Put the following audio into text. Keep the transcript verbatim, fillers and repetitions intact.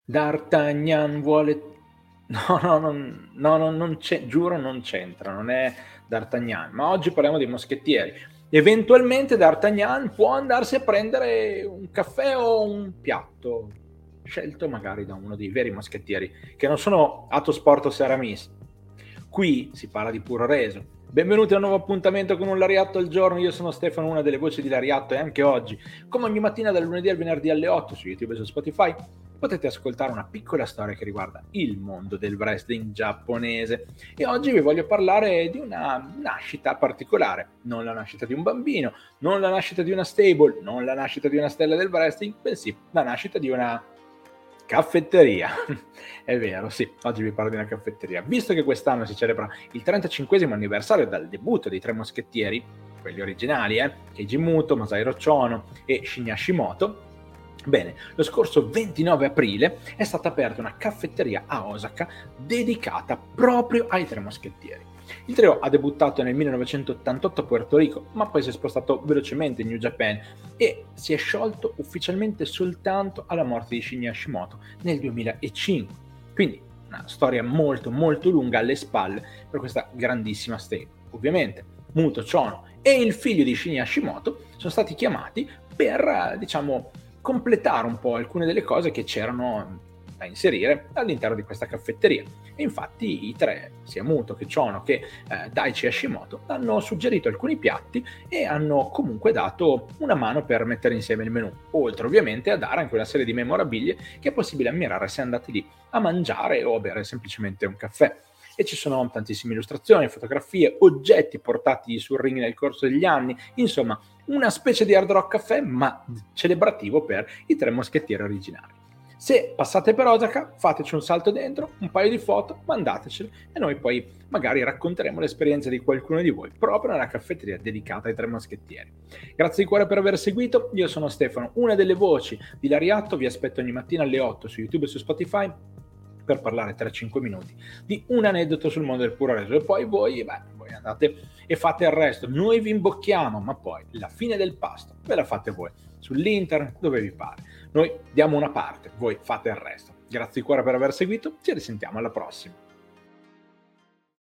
D'Artagnan vuole no, no, non no, no, non c'è, giuro non c'entra, non è D'Artagnan, ma oggi parliamo dei moschettieri. Eventualmente D'Artagnan può andarsi a prendere un caffè o un piatto, scelto magari da uno dei veri moschettieri, che non sono Athos, Porthos e Aramis. Qui si parla di puro reso. Benvenuti a un nuovo appuntamento con un Lariatto al giorno. Io sono Stefano, una delle voci di Lariatto, e anche oggi, come ogni mattina dal lunedì al venerdì alle otto su YouTube e su Spotify, potete ascoltare una piccola storia che riguarda il mondo del wrestling giapponese. E oggi vi voglio parlare di una nascita particolare, non la nascita di un bambino, non la nascita di una stable, non la nascita di una stella del wrestling, bensì la nascita di una caffetteria. È vero, sì, oggi vi parlo di una caffetteria. Visto che quest'anno si celebra il trentacinquesimo anniversario dal debutto dei tre moschettieri, quelli originali, eh, Keiji Muto, Masahiro Chono e Shinya Hashimoto, bene, lo scorso ventinove aprile è stata aperta una caffetteria a Osaka dedicata proprio ai tre moschettieri. Il trio ha debuttato nel millenovecentottantotto a Puerto Rico, ma poi si è spostato velocemente in New Japan e si è sciolto ufficialmente soltanto alla morte di Shinya Hashimoto nel duemilacinque. Quindi una storia molto molto lunga alle spalle per questa grandissima stable. Ovviamente Muto, Chono e il figlio di Shinya Hashimoto sono stati chiamati per, diciamo, completare un po' alcune delle cose che c'erano da inserire all'interno di questa caffetteria. E infatti i tre, sia Muto che Chono che eh, Daichi Hashimoto, hanno suggerito alcuni piatti e hanno comunque dato una mano per mettere insieme il menù, oltre ovviamente a dare anche una serie di memorabilie che è possibile ammirare se andate lì a mangiare o a bere semplicemente un caffè. E ci sono tantissime illustrazioni, fotografie, oggetti portati sul ring nel corso degli anni, insomma una specie di hard rock caffè ma celebrativo per i tre moschettieri originali. Se passate per Osaka, fateci un salto dentro, un paio di foto, mandatecele e noi poi magari racconteremo l'esperienza di qualcuno di voi proprio nella caffetteria dedicata ai tre moschettieri. Grazie di cuore per aver seguito, io sono Stefano, una delle voci di Lariatto, vi aspetto ogni mattina alle otto su YouTube e su Spotify per parlare tre cinque minuti di un aneddoto sul mondo del puro reso e poi voi, beh, voi andate e fate il resto, noi vi imbocchiamo, ma poi la fine del pasto ve la fate voi sull'internet, dove vi pare. Noi diamo una parte, voi fate il resto. Grazie di cuore per aver seguito, ci risentiamo alla prossima.